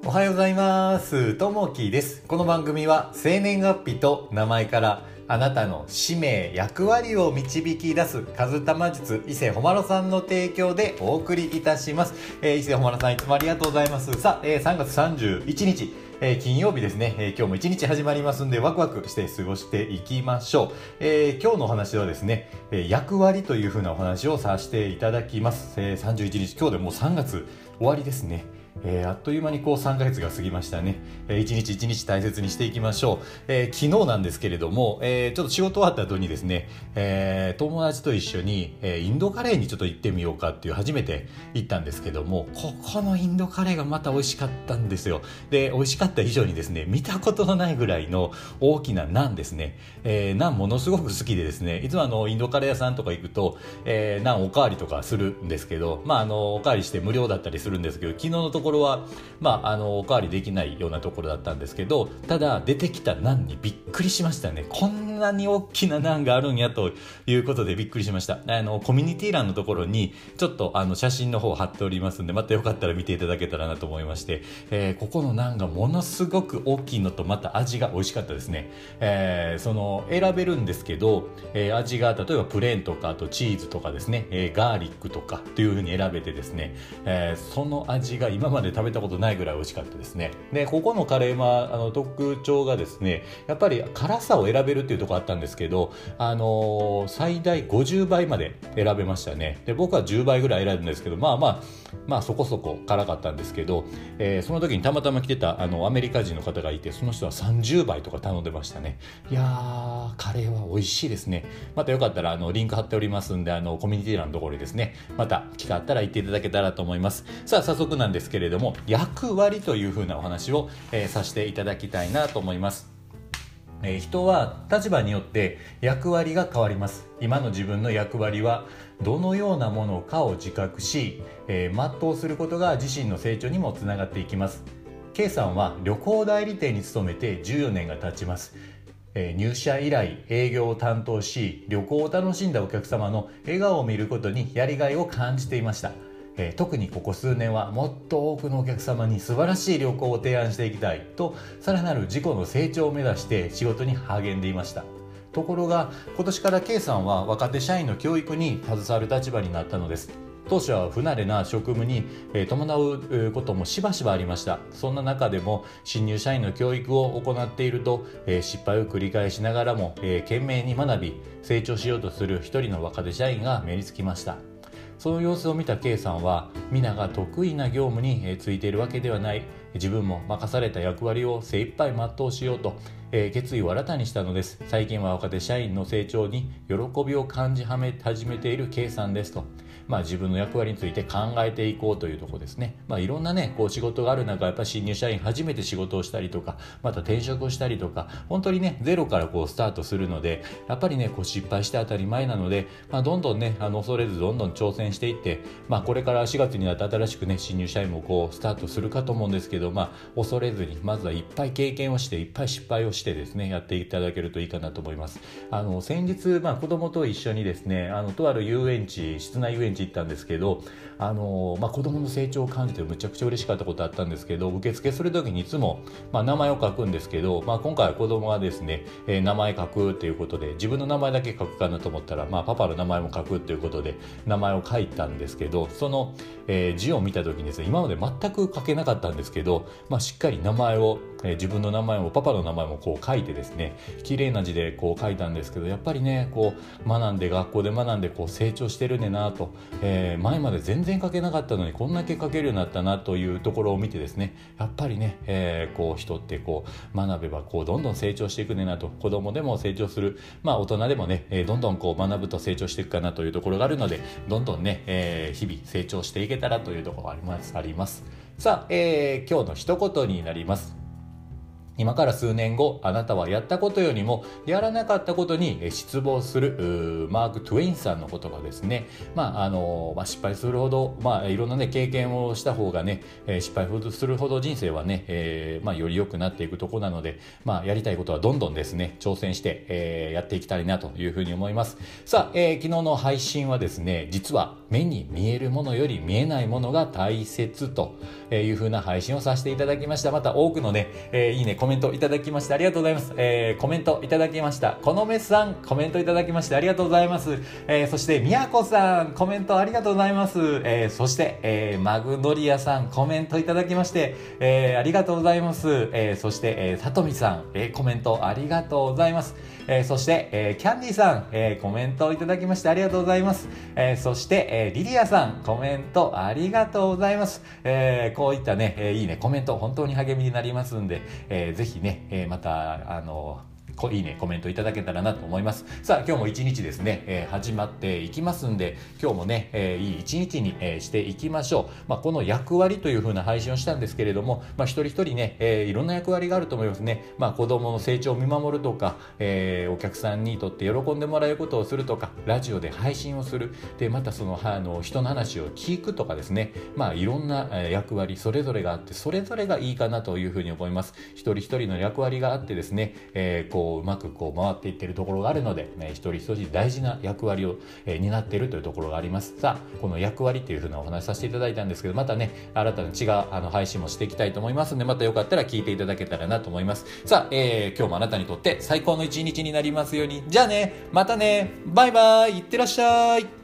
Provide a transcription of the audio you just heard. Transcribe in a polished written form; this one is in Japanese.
おはようございます。ともきです。この番組は生年月日と名前からあなたの使命、役割を導き出すカズタマ術伊勢ほまろさんの提供でお送りいたします。伊勢ほまろさんいつもありがとうございます。さあ、3月31日、金曜日ですね、今日も一日始まりますんでワクワクして過ごしていきましょう。今日のお話はですね、役割というふうなお話をさせていただきます。31日、今日でもう3月終わりですね。あっという間に3ヶ月が過ぎましたね。一日一日大切にしていきましょう。昨日なんですけれども、ちょっと仕事終わった後にですね、友達と一緒に、インドカレーにちょっと行ってみようかっていう初めて行ったんですけども、ここのインドカレーがまた美味しかったんですよ。で、美味しかった以上にですね、見たことのないぐらいの大きなナンですね。ナンものすごく好きでですね、いつもインドカレー屋さんとか行くと、ナンおかわりとかするんですけど、おかわりして無料だったりするんですけど、昨日のところは、おかわりできないようなところだったんですけど、ただ出てきたナンにびっくりしましたね。こんなに大きなナンがあるんやということでびっくりしました。コミュニティ欄のところにちょっと写真の方貼っておりますんで、またよかったら見ていただけたらなと思いまして、ここのナンがものすごく大きいのとまた味が美味しかったですね。選べるんですけど、味が例えばプレーンとかあとチーズとかですね、ガーリックとかという風に選べてですね、その味が今まで食べたことないぐらい美味しかったですね。で、ここのカレーは特徴がですね、やっぱり辛さを選べるっていうところあったんですけど、最大50倍まで選べましたね。で、僕は10倍ぐらい選ぶんですけど、そこそこ辛かったんですけど、その時にたまたま来てたアメリカ人の方がいて、その人は30倍とか頼んでましたね。いやー、カレーは美味しいですね。またよかったらリンク貼っておりますんで、コミュニティ欄のところにですね、また機会あったら行っていただけたらと思います。さあ、早速なんですけれども、役割というふうなお話を、させていただきたいなと思います。人は立場によって役割が変わります。今の自分の役割はどのようなものかを自覚し、全うすることが自身の成長にもつながっていきます。K さんは旅行代理店に勤めて14年が経ちます。入社以来営業を担当し、旅行を楽しんだお客様の笑顔を見ることにやりがいを感じていました。特にここ数年はもっと多くのお客様に素晴らしい旅行を提案していきたいと、さらなる自己の成長を目指して仕事に励んでいました。ところが今年から K さんは若手社員の教育に携わる立場になったのです。当初は不慣れな職務に伴うこともしばしばありました。そんな中でも新入社員の教育を行っていると、失敗を繰り返しながらも懸命に学び成長しようとする一人の若手社員が目につきました。その様子を見た K さんは、皆が得意な業務についているわけではない、自分も任された役割を精一杯全うしようと決意を新たにしたのです。最近は若手社員の成長に喜びを感じ始めている K さんですと、自分の役割について考えていこうというところですね。いろんなね仕事がある中、やっぱり新入社員初めて仕事をしたりとか、また転職をしたりとか、本当にねゼロからスタートするので、やっぱりね失敗して当たり前なので、どんどんね恐れずどんどん挑戦していって、これから4月になって新しくね新入社員もスタートするかと思うんですけど、恐れずにまずはいっぱい経験をしていっぱい失敗をしてですねやっていただけるといいかなと思います。先日、子供と一緒にですねとある遊園地、室内遊園地行ったんですけど、子供の成長を感じてむちゃくちゃ嬉しかったことあったんですけど、受付する時にいつも、名前を書くんですけど、今回は子供はですね、名前書くということで、自分の名前だけ書くかなと思ったら、パパの名前も書くということで名前を書いたんですけど、その、字を見た時にですね、今まで全く書けなかったんですけど、しっかり名前を、自分の名前もパパの名前も書いてですね、綺麗な字で書いたんですけど、やっぱりね学んで学校で学んで成長してるねなと、前まで全然書けなかったのにこんだけ書けるようになったなというところを見てですね、やっぱりね、人って学べばどんどん成長していくねなと、子供でも成長する、大人でもね、どんどん学ぶと成長していくかなというところがあるので、どんどんね、日々成長していけたらというところがあります。さあ、今日の一言になります。 今から数年後、あなたはやったことよりもやらなかったことに失望するマーク・トゥエインさんの言葉ですね。失敗するほど、いろんなね経験をした方がね、失敗するほど人生はね、より良くなっていくところなので、やりたいことはどんどんですね挑戦して、やっていきたいなというふうに思います。さあ、昨日の配信はですね、実は目に見えるものより見えないものが大切というふうな配信をさせていただきました。また多くのね、いいねコメントいただきましてありがとうございます。コメントいただきました。このめさんコメントいただきましてありがとうございます。そしてみやこさんコメントありがとうございます。そして、マグノリアさんコメントいただきまして、ありがとうございます。そして、さとみさん、コメントありがとうございます。そして、キャンディさん、コメントいただきましてありがとうございます。そして、リリアさんコメントありがとうございます。こういったね、いいねコメント本当に励みになりますんで、ぜひね、またいいねコメントいただけたらなと思います。さあ今日も一日ですね、始まっていきますんで、今日もね、いい一日に、していきましょう。この役割という風な配信をしたんですけれども、一人一人ね、いろんな役割があると思いますね。子供の成長を見守るとか、お客さんにとって喜んでもらえることをするとか、ラジオで配信をする、でまたその人の話を聞くとかですね、いろんな役割それぞれがあって、それぞれがいいかなという風に思います。一人一人の役割があってですね、うまく回っていっているところがあるので、一人一人大事な役割を、担っているというところがあります。さあこの役割というふうなお話させていただいたんですけど、またね新たな違う配信もしていきたいと思いますので、またよかったら聞いていただけたらなと思います。さあ、今日もあなたにとって最高の一日になりますように。じゃあね、またね、バイバイ、いってらっしゃい。